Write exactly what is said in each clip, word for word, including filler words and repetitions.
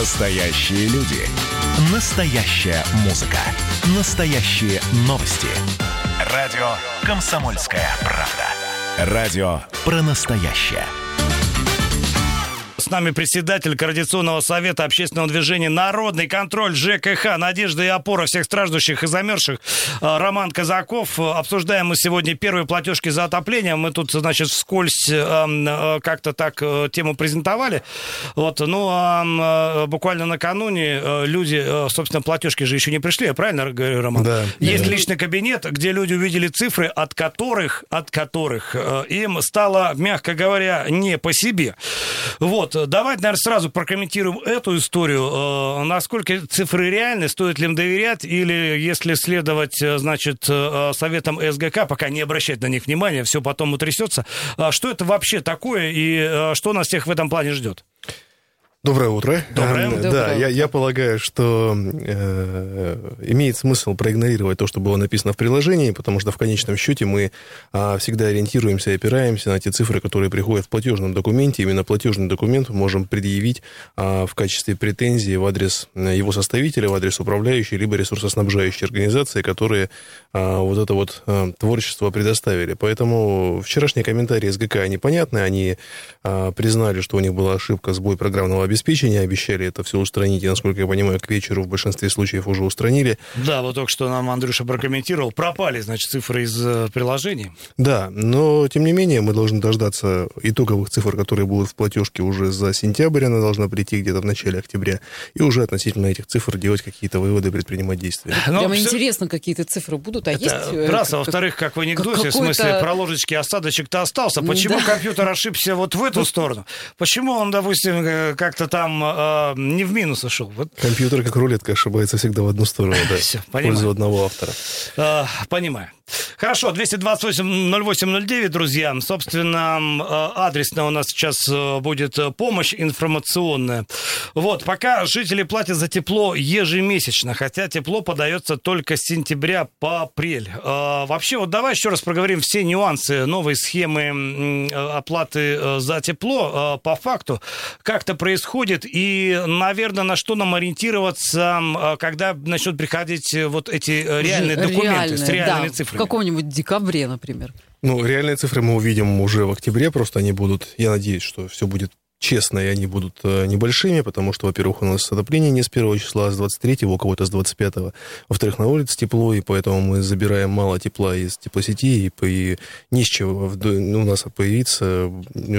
Настоящие люди. Настоящая музыка. Настоящие новости. Радио «Комсомольская правда». Радио про настоящее. С нами председатель Координационного совета общественного движения «Народный контроль» ЖКХ «Надежда и опора всех страждущих и замерзших» Роман Казаков. Обсуждаем мы сегодня первые платежки за отопление. Мы тут, значит, вскользь как-то так тему презентовали. Вот, ну, а буквально накануне люди, собственно, платежки же еще не пришли, я правильно говорю, Роман? Да. Есть да. личный кабинет, где люди увидели цифры, от которых, от которых им стало, мягко говоря, не по себе. Вот. Давайте, наверное, сразу прокомментируем эту историю. Насколько цифры реальны, стоит ли им доверять, или если следовать, значит, советам СГК, пока не обращать на них внимания, все потом утрясется. Что это вообще такое и что нас всех в этом плане ждет? Доброе утро. Доброе. Да, Доброе. Я, я полагаю, что э, имеет смысл проигнорировать то, что было написано в приложении, потому что в конечном счете мы э, всегда ориентируемся и опираемся на те цифры, которые приходят в платежном документе. Именно платежный документ мы можем предъявить э, в качестве претензии в адрес его составителя, в адрес управляющей, либо ресурсоснабжающей организации, которые э, вот это вот э, творчество предоставили. Поэтому вчерашние комментарии СГК непонятны. Они э, признали, что у них была ошибка, сбой программного обеспечения. обеспечения, обещали это все устранить, и, насколько я понимаю, к вечеру в большинстве случаев уже устранили. Да, вот только что нам Андрюша прокомментировал, пропали, значит, цифры из э, приложений. Да, но, тем не менее, мы должны дождаться итоговых цифр, которые будут в платежке уже за сентябрь, она должна прийти где-то в начале октября, и уже относительно этих цифр делать какие-то выводы, предпринимать действия. Но Прямо все... интересно, какие-то цифры будут, а это есть... Раз, а во-вторых, как в анекдоте, в смысле, про ложечки осадочек-то остался. Почему да. компьютер ошибся вот в эту сторону? Почему он, допустим, как-то там э, не в минус ушел. Вот. Компьютер, как рулетка, ошибается всегда в одну сторону, да, Все, в пользу одного автора. Э, понимаю. Хорошо, двести двадцать восемь ноль восемь ноль девять, друзья. Собственно, адресно у нас сейчас будет помощь информационная. Вот, пока жители платят за тепло ежемесячно, хотя тепло подается только с сентября по апрель. Э, вообще, вот давай еще раз проговорим все нюансы новой схемы оплаты за тепло. Э, по факту, как это происходит и, наверное, на что нам ориентироваться, когда начнут приходить вот эти реальные документы реальные, с реальными да, цифрами. В каком-нибудь декабре, например. Ну, реальные цифры мы увидим уже в октябре, просто они будут, я надеюсь, что все будет честно, и они будут небольшими, потому что, во-первых, у нас отопление не с первого числа, а с двадцать третьего, у кого-то с двадцать пятого. Во-вторых, на улице тепло, и поэтому мы забираем мало тепла из теплосети, и, и не с чего у нас появиться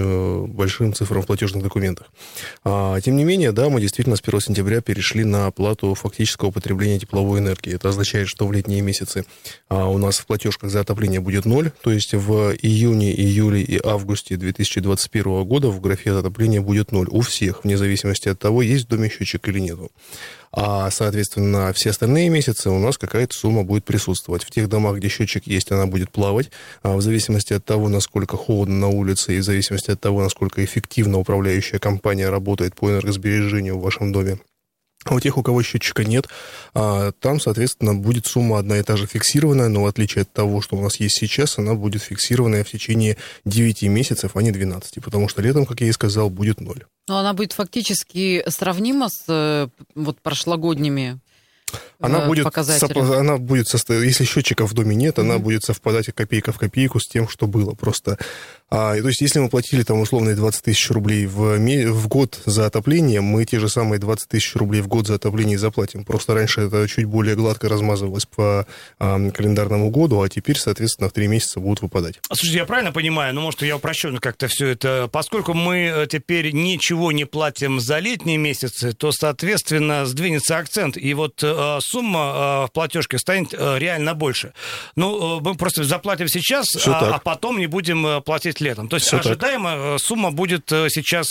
большим цифрам в платежных документах. А, тем не менее, да, мы действительно с первого сентября перешли на оплату фактического потребления тепловой энергии. Это означает, что в летние месяцы а, у нас в платежках за отопление будет ноль, то есть в июне, июле и августе две тысячи двадцать первого года в графе отопления будет ноль у всех, вне зависимости от того, есть в доме счетчик или нету. А, соответственно, все остальные месяцы у нас какая-то сумма будет присутствовать. В тех домах, где счетчик есть, она будет плавать. А в зависимости от того, насколько холодно на улице, и в зависимости от того, насколько эффективно управляющая компания работает по энергосбережению в вашем доме. А у тех, у кого счетчика нет, там, соответственно, будет сумма одна и та же фиксированная, но в отличие от того, что у нас есть сейчас, она будет фиксированная в течение девяти месяцев, а не двенадцати, потому что летом, как я и сказал, будет ноль. Но она будет фактически сравнима с вот прошлогодними Она будет, показателями? Она будет состоять, если счетчика в доме нет, mm-hmm. она будет совпадать копейка в копейку с тем, что было. Просто, а, то есть, если мы платили там условные двадцать тысяч рублей в, в год за отопление, мы те же самые двадцать тысяч рублей в год за отопление заплатим. Просто раньше это чуть более гладко размазывалось по а, календарному году, а теперь, соответственно, в три месяца будут выпадать. Слушайте, я правильно понимаю, ну, может, я упрощенно как-то все это, поскольку мы теперь ничего не платим за летние месяцы, то, соответственно, сдвинется акцент, и вот сумма в платежке станет реально больше. Ну, мы просто заплатим сейчас, а, а потом не будем платить летом. То есть Все ожидаемо так. Сумма будет сейчас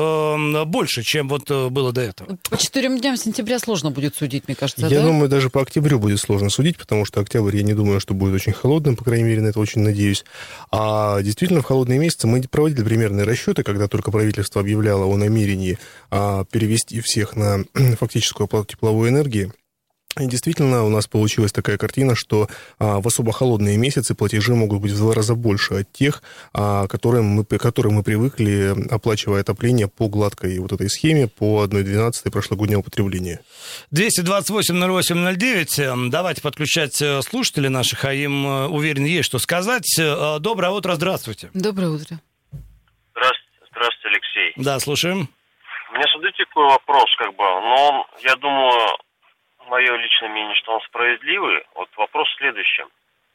больше, чем вот было до этого. По четырем дням сентября сложно будет судить, мне кажется, Я да? думаю, даже по октябрю будет сложно судить, потому что октябрь, я не думаю, что будет очень холодным, по крайней мере, на это очень надеюсь. А действительно, в холодные месяцы мы проводили примерные расчеты, когда только правительство объявляло о намерении перевести всех на фактическую оплату тепловой энергии. И действительно, у нас получилась такая картина, что а, в особо холодные месяцы платежи могут быть в два раза больше от тех, а, которым мы, которым мы привыкли, оплачивая отопление по гладкой вот этой схеме, по одна двенадцатая прошлогоднего потребления. двести двадцать восемь ноль восемь ноль девять. Давайте подключать слушателей наших, а им, уверен, есть что сказать. Доброе утро, здравствуйте. Доброе утро. Здравствуйте, здравствуйте, Алексей. Да, слушаем. У меня, смотрите, такой вопрос, как бы, но он, я думаю... Мое личное мнение, что он справедливый. Вот вопрос в следующем.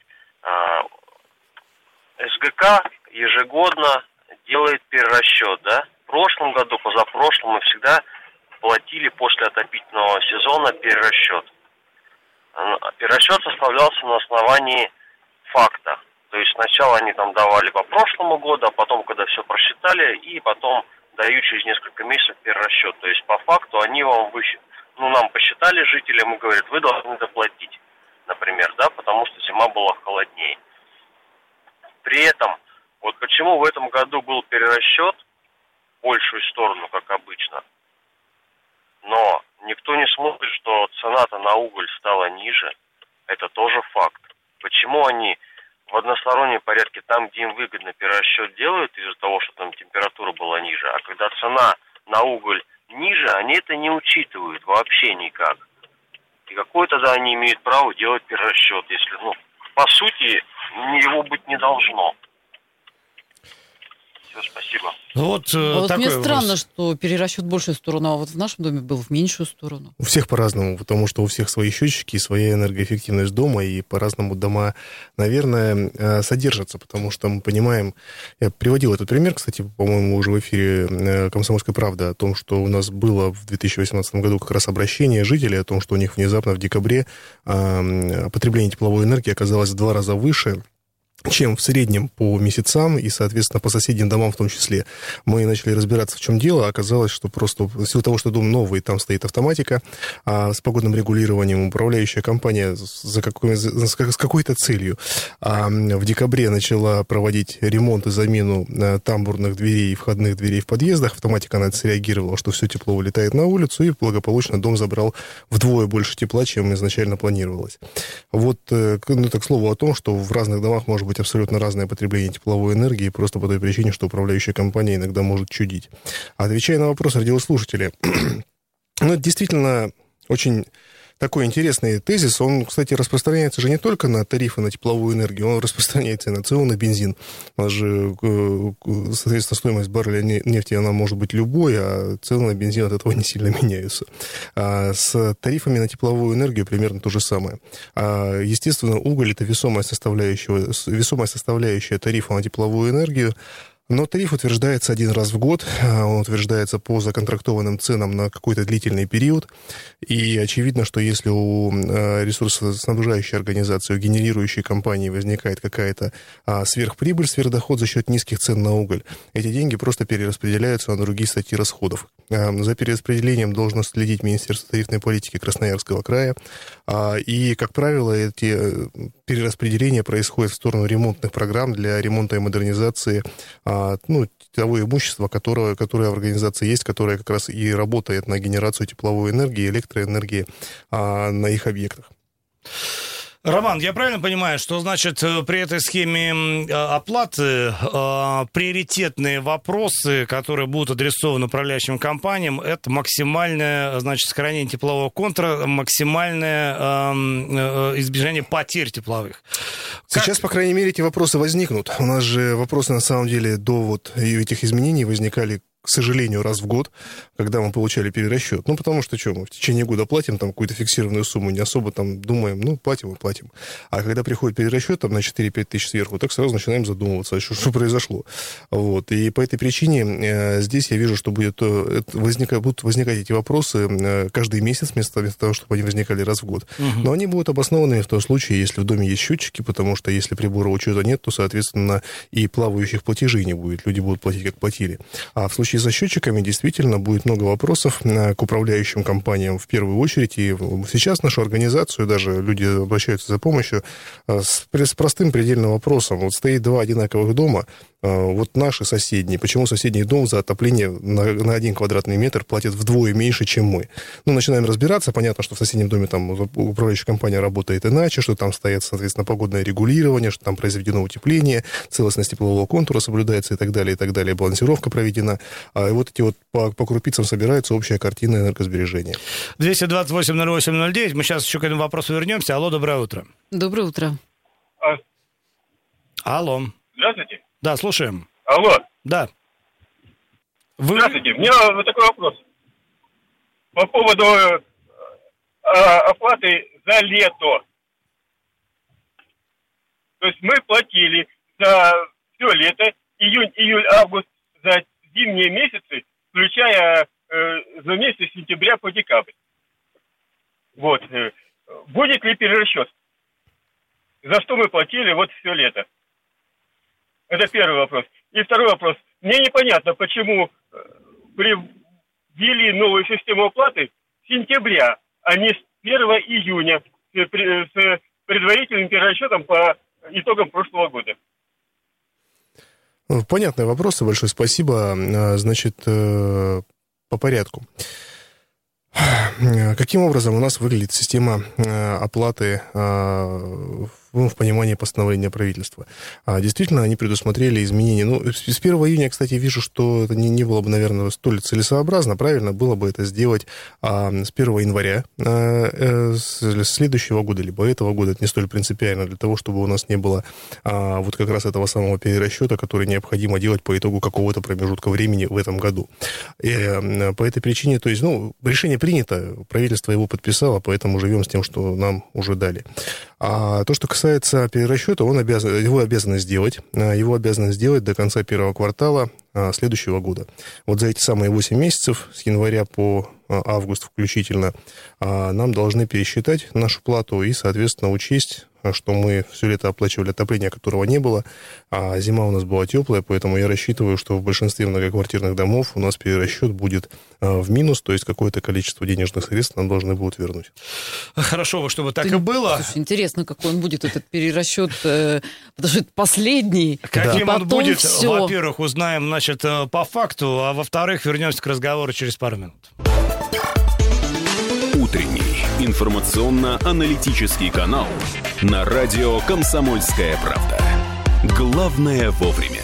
СГК ежегодно делает перерасчет, да? В прошлом году, позапрошлом мы всегда платили после отопительного сезона перерасчет. Перерасчет составлялся на основании факта. То есть сначала они там давали по прошлому году, а потом, когда все просчитали, и потом дают через несколько месяцев перерасчет. То есть по факту они вам выше. Ну, нам посчитали жителям и говорят, вы должны доплатить, например, да, потому что зима была холоднее. При этом, вот почему в этом году был перерасчет в большую сторону, как обычно, но никто не смотрит, что цена-то на уголь стала ниже, это тоже факт. Почему они в одностороннем порядке там, где им выгодно, перерасчет делают из-за того, что там температура была ниже, а когда цена на уголь ниже, они это не учитывают вообще никак. И какое тогда они имеют право делать перерасчет, если, ну, по сути, его быть не должно. Все, спасибо. Вот, а вот такой мне странно, вопрос. что перерасчет в большую сторону, а вот в нашем доме был в меньшую сторону. У всех по-разному, потому что у всех свои счетчики, своя энергоэффективность дома, и по-разному дома, наверное, содержатся, потому что мы понимаем... Я приводил этот пример, кстати, по-моему, уже в эфире «Комсомольской правды» о том, что у нас было в две тысячи восемнадцатом году как раз обращение жителей о том, что у них внезапно в декабре потребление тепловой энергии оказалось в два раза выше, чем в среднем по месяцам и, соответственно, по соседним домам в том числе. Мы начали разбираться, в чем дело. Оказалось, что просто в силу того, что дом новый, там стоит автоматика, а с погодным регулированием управляющая компания за какой, за, с какой-то целью а в декабре начала проводить ремонт и замену тамбурных дверей и входных дверей в подъездах. Автоматика на это среагировала, что все тепло вылетает на улицу, и благополучно дом забрал вдвое больше тепла, чем изначально планировалось. Вот, ну, так к слову о том, что в разных домах может быть абсолютно разное потребление тепловой энергии, просто по той причине, что управляющая компания иногда может чудить. Отвечая на вопрос радиослушателя, ну, это действительно очень такой интересный тезис. Он, кстати, распространяется же не только на тарифы на тепловую энергию, он распространяется и на цену на бензин. У нас же, соответственно, стоимость барреля нефти, она может быть любой, а цены на бензин от этого не сильно меняются. А с тарифами на тепловую энергию примерно то же самое. А, естественно, уголь – это весомая составляющая, весомая составляющая тарифа на тепловую энергию. Но тариф утверждается один раз в год, он утверждается по законтрактованным ценам на какой-то длительный период, и очевидно, что если у ресурсоснабжающей организации, у генерирующей компании возникает какая-то сверхприбыль, сверхдоход за счет низких цен на уголь, эти деньги просто перераспределяются на другие статьи расходов. За перераспределением должно следить Министерство тарифной политики Красноярского края, и, как правило, эти перераспределения происходят в сторону ремонтных программ для ремонта и модернизации, ну, того имущества, которое, которое в организации есть, которое как раз и работает на генерацию тепловой энергии, электроэнергии а, на их объектах. Роман, я правильно понимаю, что, значит, при этой схеме оплаты приоритетные вопросы, которые будут адресованы управляющим компаниям, это максимальное, значит, сохранение теплового контура, максимальное избежание потерь тепловых? Сейчас, по крайней мере, эти вопросы возникнут. У нас же вопросы, на самом деле, до вот этих изменений возникали, к сожалению, раз в год, когда мы получали перерасчет. Ну, потому что, что, мы в течение года платим там какую-то фиксированную сумму, не особо там думаем, ну, платим и платим. А когда приходит перерасчет там на четыре-пять тысяч сверху, так сразу начинаем задумываться, что, что произошло. Вот. И по этой причине э, здесь я вижу, что будет, э, возника, будут возникать эти вопросы э, каждый месяц, вместо, вместо того, чтобы они возникали раз в год. Угу. Но они будут обоснованными в том случае, если в доме есть счетчики, потому что если прибора учета нет, то, соответственно, и плавающих платежей не будет. Люди будут платить, как платили. А в случае со счетчиками действительно будет много вопросов к управляющим компаниям в первую очередь. И сейчас нашу организацию, даже люди обращаются за помощью с, с простым предельным вопросом. Вот стоит два одинаковых дома, Вот наши соседние, почему соседний дом за отопление на, на один квадратный метр платит вдвое меньше, чем мы? Ну, начинаем разбираться, понятно, что в соседнем доме там управляющая компания работает иначе, что там стоят, соответственно, погодное регулирование, что там произведено утепление, целостность теплового контура соблюдается и так далее, и так далее, балансировка проведена. А вот эти вот по, по крупицам собирается общая картина энергосбережения. двести двадцать восемь ноль восемь ноль девять, мы сейчас еще к этому вопросу вернемся. Алло, доброе утро. Доброе утро. А... Алло. Здравствуйте. Да, слушаем. Алло. Да. Вы... Здравствуйте. У меня вот такой вопрос. По поводу э, оплаты за лето. То есть мы платили за все лето, июнь, июль, август, за зимние месяцы, включая э, за месяц сентября по декабрь. Вот. Будет ли перерасчет? За что мы платили вот все лето? Это первый вопрос. И второй вопрос. Мне непонятно, почему ввели новую систему оплаты с сентября, а не с первого июня, с предварительным перерасчетом по итогам прошлого года. Понятные вопросы. Большое спасибо. Значит, по порядку. Каким образом у нас выглядит система оплаты в понимании постановления правительства? Действительно, они предусмотрели изменения. Ну, с первого июня, кстати, вижу, что это не, не было бы, наверное, столь целесообразно. Правильно было бы это сделать с первого января следующего года, либо этого года. Это не столь принципиально для того, чтобы у нас не было вот как раз этого самого перерасчета, который необходимо делать по итогу какого-то промежутка времени в этом году. И по этой причине, то есть, ну, решение принято, правительство его подписало, поэтому живем с тем, что нам уже дали. А то, что касается перерасчета, он обязан, его обязаны сделать. Его обязаны сделать до конца первого квартала следующего года. Вот за эти самые восемь месяцев, с января по август включительно, нам должны пересчитать нашу плату и, соответственно, учесть, что мы все лето оплачивали отопление, которого не было, а зима у нас была теплая, поэтому я рассчитываю, что в большинстве многоквартирных домов у нас перерасчет будет в минус, то есть какое-то количество денежных средств нам должны будут вернуть. Хорошо, чтобы так Ты, и было. Слушай, интересно, какой он будет, этот перерасчет, э, потому что это последний. Каким Да. он будет, Всё. во-первых, узнаем, значит, по факту, а во-вторых, вернемся к разговору через пару минут. Утренний информационно-аналитический канал на радио «Комсомольская правда». Главное вовремя.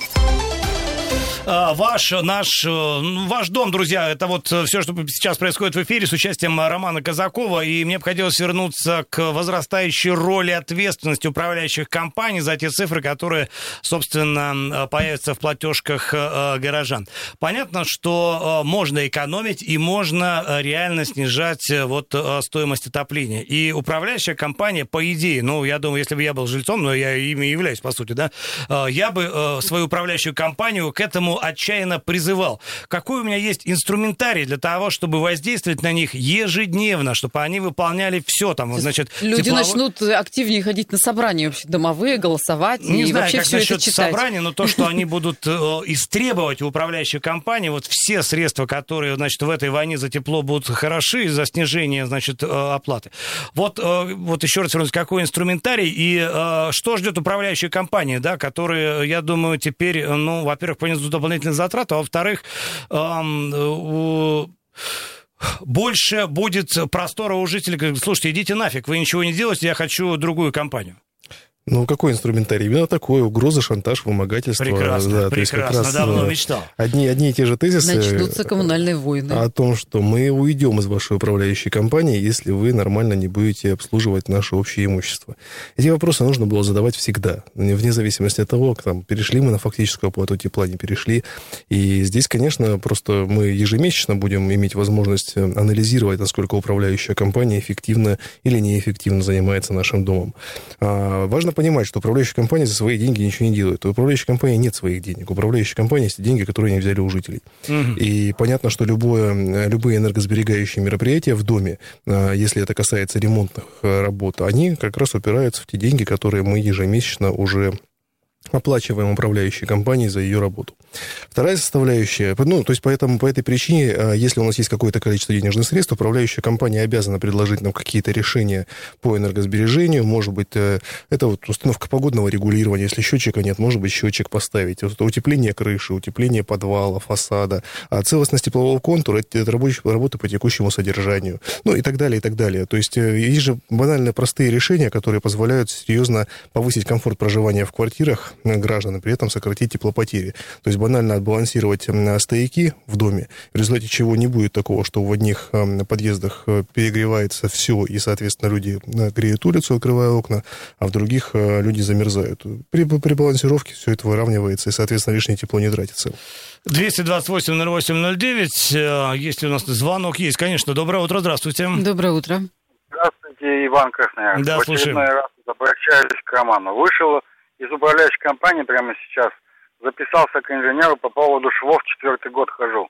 Ваш, наш, ваш дом, друзья, это вот все, что сейчас происходит в эфире с участием Романа Казакова, и мне бы хотелось вернуться к возрастающей роли ответственности управляющих компаний за те цифры, которые, собственно, появятся в платежках горожан. Понятно, что можно экономить и можно реально снижать вот стоимость отопления. И управляющая компания, по идее, ну, я думаю, если бы я был жильцом, но я ими являюсь, по сути, да, я бы свою управляющую компанию к этому отчаянно призывал. Какой у меня есть инструментарий для того, чтобы воздействовать на них ежедневно, чтобы они выполняли все там, значит... Люди теплово... начнут активнее ходить на собрания вообще домовые, голосовать, не и знаю, вообще как все это насчет читать. собрания, но то, что они будут истребовать у управляющей компании, вот все средства, которые, значит, в этой войне за тепло будут хороши, за снижение, значит, оплаты. Вот, вот еще раз вернусь, какой инструментарий и что ждет управляющая компания, да, которые, я думаю, теперь, ну, во-первых, понесут дополнительные затраты, а во-вторых, эм, больше будет простора у жителей. Слушайте, идите нафиг, вы ничего не делаете, я хочу другую компанию. Ну, какой инструментарий? Именно такой: угроза, шантаж, вымогательство. Прекрасно, да, прекрасно, раз, давно мечтал. Одни, одни и те же тезисы. Начнутся коммунальные войны. О том, что мы уйдем из вашей управляющей компании, если вы нормально не будете обслуживать наше общее имущество. Эти вопросы нужно было задавать всегда, вне зависимости от того, там, перешли мы на фактическую оплату тепла, не перешли. И здесь, конечно, просто мы ежемесячно будем иметь возможность анализировать, насколько управляющая компания эффективно или неэффективно занимается нашим домом. Важно понимать, что управляющая компания за свои деньги ничего не делает. У управляющей компании нет своих денег. У управляющей компании есть деньги, которые они взяли у жителей. Угу. И понятно, что любое, любые энергосберегающие мероприятия в доме, если это касается ремонтных работ, они как раз упираются в те деньги, которые мы ежемесячно уже оплачиваем управляющей компанией за ее работу. Вторая составляющая, ну, то есть поэтому, по этой причине, если у нас есть какое-то количество денежных средств, управляющая компания обязана предложить нам какие-то решения по энергосбережению, может быть, это вот установка погодного регулирования, если счетчика нет, может быть, счетчик поставить, утепление крыши, утепление подвала, фасада, а целостность теплового контура, это рабочие работы по текущему содержанию, ну, и так далее, и так далее. То есть есть же банально простые решения, которые позволяют серьезно повысить комфорт проживания в квартирах граждан и при этом сократить теплопотери. То есть банально отбалансировать стояки в доме, в результате чего не будет такого, что в одних подъездах перегревается все, и, соответственно, люди греют улицу, открывая окна, а в других люди замерзают. При, при балансировке все это выравнивается, и, соответственно, лишнее тепло не тратится. двести двадцать восемь ноль восемь ноль девять. Если у нас звонок есть, конечно. Доброе утро, здравствуйте. Доброе утро. Здравствуйте, Иван Красноярск. Да, в очередной раз обращаюсь к Роману. Вышел из управляющей компании прямо сейчас, записался к инженеру по поводу швов, четвертый год хожу.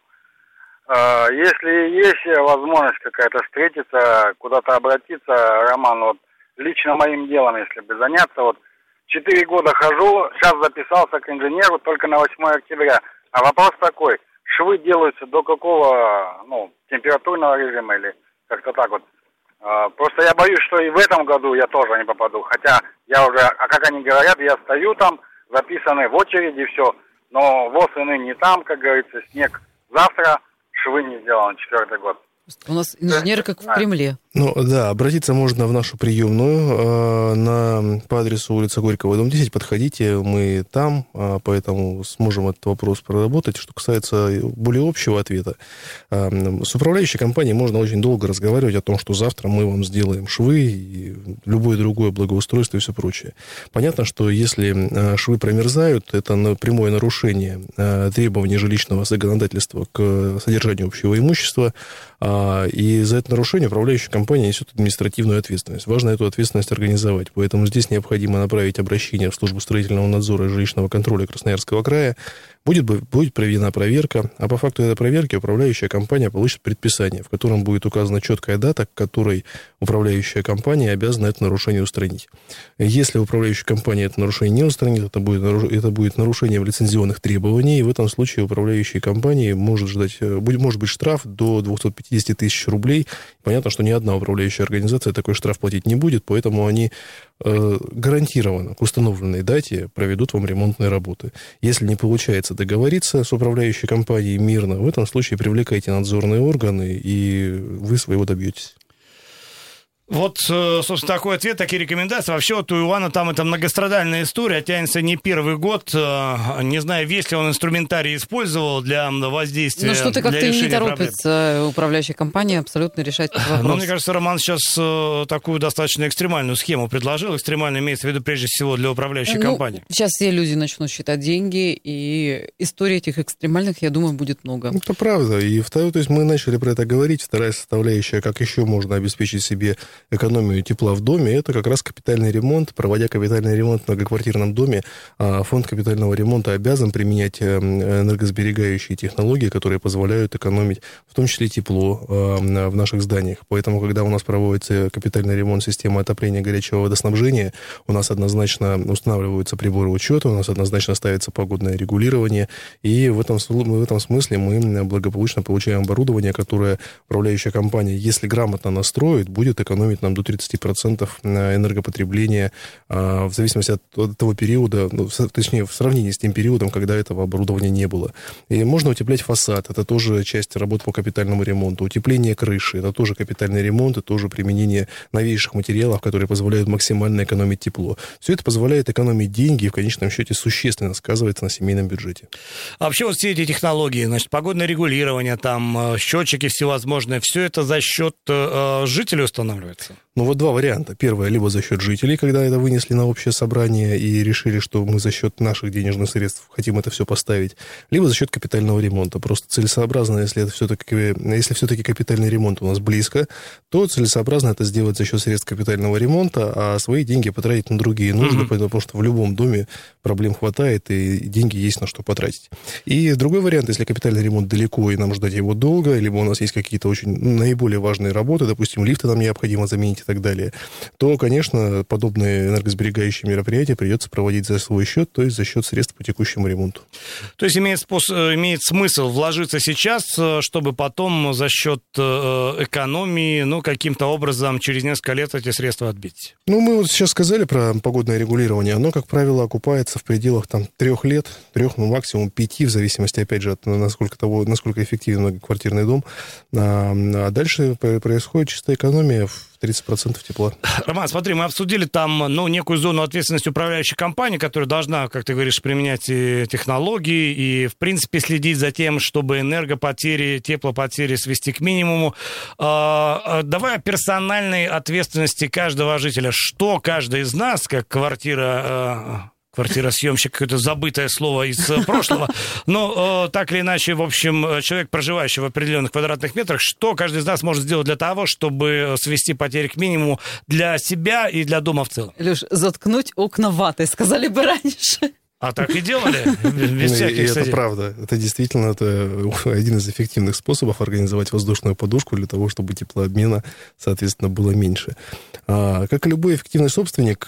Если есть возможность какая-то встретиться, куда-то обратиться, Роман, вот лично моим делом, если бы заняться, вот четыре года хожу, сейчас записался к инженеру только на восьмое октября. А вопрос такой, швы делаются до какого, ну, температурного режима или как-то так вот? Просто я боюсь, что и в этом году я тоже не попаду. Хотя я уже, а как они говорят, я стою там, записаны в очереди, все. Но восены не там, как говорится, снег завтра, швы не сделаны, четвертый год. У нас инженеры как в Кремле. Ну, да, обратиться можно в нашу приемную э, на, по адресу улица Горького, дом десять. Подходите, мы там, э, поэтому сможем этот вопрос проработать. Что касается более общего ответа, э, с управляющей компанией можно очень долго разговаривать о том, что завтра мы вам сделаем швы и любое другое благоустройство и все прочее. Понятно, что если швы промерзают, это прямое нарушение э, требований жилищного законодательства к содержанию общего имущества, э, и за это нарушение управляющая компания компания несет административную ответственность. Важно эту ответственность организовать. Поэтому здесь необходимо направить обращение в службу строительного надзора и жилищного контроля Красноярского края. Будет, будет проведена проверка, а по факту этой проверки управляющая компания получит предписание, в котором будет указана четкая дата, к которой управляющая компания обязана это нарушение устранить. Если управляющая компания это нарушение не устранит, это будет, это будет нарушением лицензионных требований, и в этом случае управляющей компании может ждать, может быть штраф до двести пятьдесят тысяч рублей. Понятно, что ни одна управляющая организация такой штраф платить не будет, поэтому они э, гарантированно к установленной дате проведут вам ремонтные работы. Если не получается договориться с управляющей компанией мирно, в этом случае привлекайте надзорные органы, и вы своего добьетесь. Вот, собственно, такой ответ, такие рекомендации. Вообще, вот у Ивана там это многострадальная история, тянется не первый год. Не знаю, весь ли он инструментарий использовал для воздействия. Ну, что-то как-то не торопится проблем. Управляющая компания абсолютно решать этот вопрос. Ну, мне кажется, Роман сейчас такую достаточно экстремальную схему предложил. Экстремально имеется в виду, прежде всего, для управляющей ну, компании. Сейчас все люди начнут считать деньги, и историй этих экстремальных, я думаю, будет много. Это правда. И второе, то есть мы начали про это говорить. Вторая составляющая, как еще можно обеспечить себе экономию тепла в доме, это как раз капитальный ремонт. Проводя капитальный ремонт в многоквартирном доме, фонд капитального ремонта обязан применять энергосберегающие технологии, которые позволяют экономить, в том числе тепло в наших зданиях. Поэтому, когда у нас проводится капитальный ремонт системы отопления горячего водоснабжения, у нас однозначно устанавливаются приборы учета, у нас однозначно ставится погодное регулирование, и в этом, в этом смысле мы благополучно получаем оборудование, которое управляющая компания, если грамотно настроит, будет экономить нам до тридцать процентов энергопотребления в зависимости от того периода, ну, точнее, в сравнении с тем периодом, когда этого оборудования не было. И можно утеплять фасад, это тоже часть работ по капитальному ремонту. Утепление крыши, это тоже капитальный ремонт, это тоже применение новейших материалов, которые позволяют максимально экономить тепло. Все это позволяет экономить деньги и в конечном счете существенно сказывается на семейном бюджете. А вообще вот все эти технологии, значит, погодное регулирование, там, счетчики всевозможные, все это за счет э, жителей устанавливается? Ну, вот два варианта. Первое, либо за счет жителей, когда это вынесли на общее собрание и решили, что мы за счет наших денежных средств хотим это все поставить, либо за счет капитального ремонта. Просто целесообразно, если это все-таки, если все-таки капитальный ремонт у нас близко, то целесообразно это сделать за счет средств капитального ремонта, а свои деньги потратить на другие нужды, mm-hmm. потому что в любом доме проблем хватает, и деньги есть на что потратить. И другой вариант, если капитальный ремонт далеко, и нам ждать его долго, либо у нас есть какие-то очень наиболее важные работы, допустим, лифты нам необходимо термозаменить и так далее, то, конечно, подобные энергосберегающие мероприятия придется проводить за свой счет, то есть за счет средств по текущему ремонту. То есть имеет, способ, имеет смысл вложиться сейчас, чтобы потом за счет экономии, ну, каким-то образом через несколько лет эти средства отбить? Ну, мы вот сейчас сказали про погодное регулирование. Оно, как правило, окупается в пределах там трех лет, трех, ну, максимум пяти, в зависимости, опять же, от насколько, того, насколько эффективен многоквартирный дом. А, а дальше происходит чистая экономия в тридцать процентов тепла. Роман, смотри, мы обсудили там, ну, некую зону ответственности управляющей компании, которая должна, как ты говоришь, применять и технологии и, в принципе, следить за тем, чтобы энергопотери, теплопотери свести к минимуму. Давай о персональной ответственности каждого жителя. Что каждый из нас, как квартира... Квартиросъемщик, какое-то забытое слово из прошлого. Но э, так или иначе, в общем, человек, проживающий в определенных квадратных метрах, что каждый из нас может сделать для того, чтобы свести потери к минимуму для себя и для дома в целом? Леш, заткнуть окна ватой, сказали бы раньше. А так и делали, без всяких, и это правда. Это действительно это один из эффективных способов организовать воздушную подушку для того, чтобы теплообмена, соответственно, было меньше. А, как и любой эффективный собственник,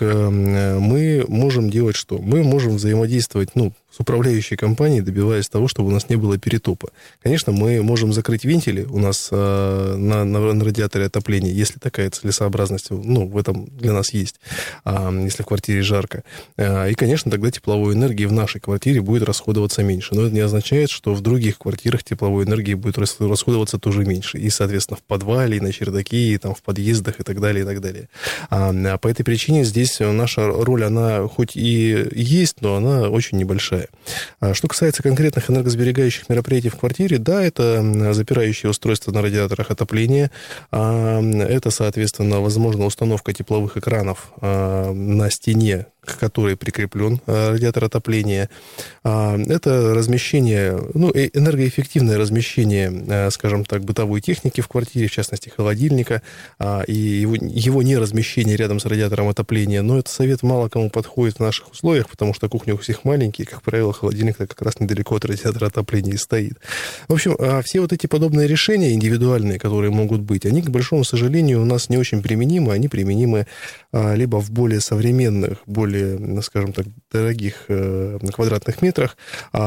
мы можем делать что? Мы можем взаимодействовать, ну, с управляющей компанией, добиваясь того, чтобы у нас не было перетопа. Конечно, мы можем закрыть вентили у нас э, на, на, на радиаторе отопления, если такая целесообразность, ну, в этом для нас есть, э, если в квартире жарко. Э, и, конечно, тогда тепловой энергии в нашей квартире будет расходоваться меньше. Но это не означает, что в других квартирах тепловой энергии будет расходоваться тоже меньше. И, соответственно, в подвале, и на чердаке, и там в подъездах, и так далее, и так далее. А, по этой причине здесь наша роль, она хоть и есть, но она очень небольшая. Что касается конкретных энергосберегающих мероприятий в квартире, да, это запирающее устройство на радиаторах отопления, это, соответственно, возможно, установка тепловых экранов на стене, к которой прикреплен радиатор отопления. Это размещение, ну, энергоэффективное размещение, скажем так, бытовой техники в квартире, в частности, холодильника, и его, его не размещение рядом с радиатором отопления. Но этот совет мало кому подходит в наших условиях, потому что кухня у всех маленькие, как правило, холодильник-то как раз недалеко от радиатора отопления и стоит. В общем, все вот эти подобные решения индивидуальные, которые могут быть, они, к большому сожалению, у нас не очень применимы. Они применимы либо в более современных, более, скажем так, дорогих квадратных метрах,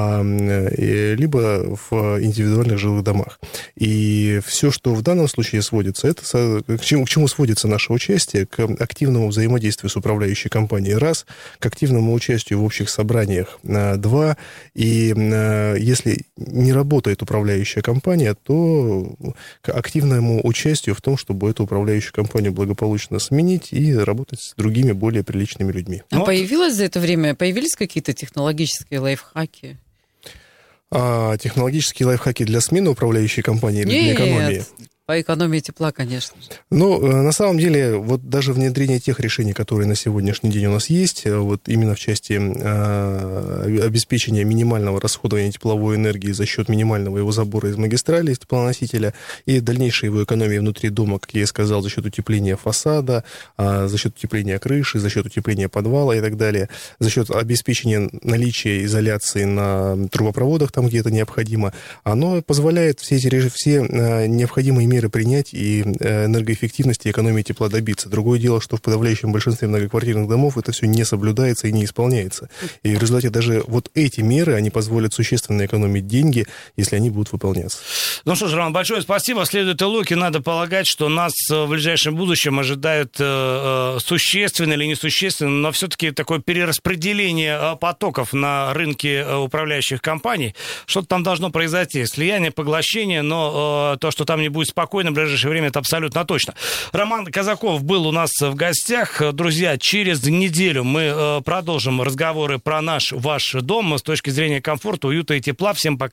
либо в индивидуальных жилых домах. И все, что в данном случае сводится, это к чему, к чему сводится наше участие? К активному взаимодействию с управляющей компанией, раз, к активному участию в общих собраниях, два, и если не работает управляющая компания, то к активному участию в том, чтобы эту управляющую компанию благополучно сменить и работать с другими, более приличными людьми. А вот. Появилось за это время, появились какие-то технологические лайфхаки? А, технологические лайфхаки для смены управляющей компании или для экономии? По экономии тепла, конечно же. Ну, на самом деле, вот даже внедрение тех решений, которые на сегодняшний день у нас есть, вот именно в части э, обеспечения минимального расходования тепловой энергии за счет минимального его забора из магистрали, из теплоносителя, и дальнейшей его экономии внутри дома, как я и сказал, за счет утепления фасада, э, за счет утепления крыши, за счет утепления подвала и так далее, за счет обеспечения наличия изоляции на трубопроводах, там, где это необходимо, оно позволяет все эти все э, необходимые меры принять и энергоэффективности и экономии тепла добиться. Другое дело, что в подавляющем большинстве многоквартирных домов это все не соблюдается и не исполняется. И в результате даже вот эти меры, они позволят существенно экономить деньги, если они будут выполняться. Ну что ж, Роман, большое спасибо. Следует и луки. Надо полагать, что нас в ближайшем будущем ожидает э, существенно или несущественно, но все-таки такое перераспределение потоков на рынке управляющих компаний. Что-то там должно произойти. Слияние, поглощение, но э, то, что там не будет спокойно, в ближайшее время, это абсолютно точно. Роман Казаков был у нас в гостях. Друзья, через неделю мы продолжим разговоры про наш, ваш дом с точки зрения комфорта, уюта и тепла. Всем пока.